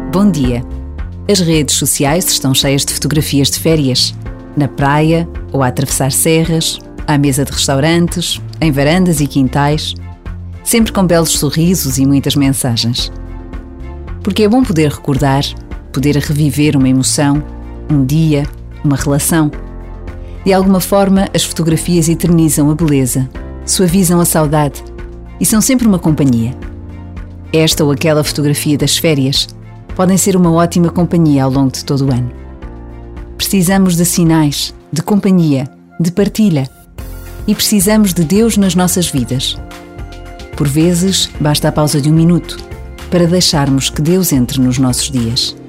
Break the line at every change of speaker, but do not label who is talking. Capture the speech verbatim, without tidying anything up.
Bom dia! As redes sociais estão cheias de fotografias de férias, na praia ou a atravessar serras, à mesa de restaurantes, em varandas e quintais, sempre com belos sorrisos e muitas mensagens. Porque é bom poder recordar, poder reviver uma emoção, um dia, uma relação. De alguma forma, as fotografias eternizam a beleza, suavizam a saudade e são sempre uma companhia. Esta ou aquela fotografia das férias podem ser uma ótima companhia ao longo de todo o ano. Precisamos de sinais, de companhia, de partilha. E precisamos de Deus nas nossas vidas. Por vezes, basta a pausa de um minuto para deixarmos que Deus entre nos nossos dias.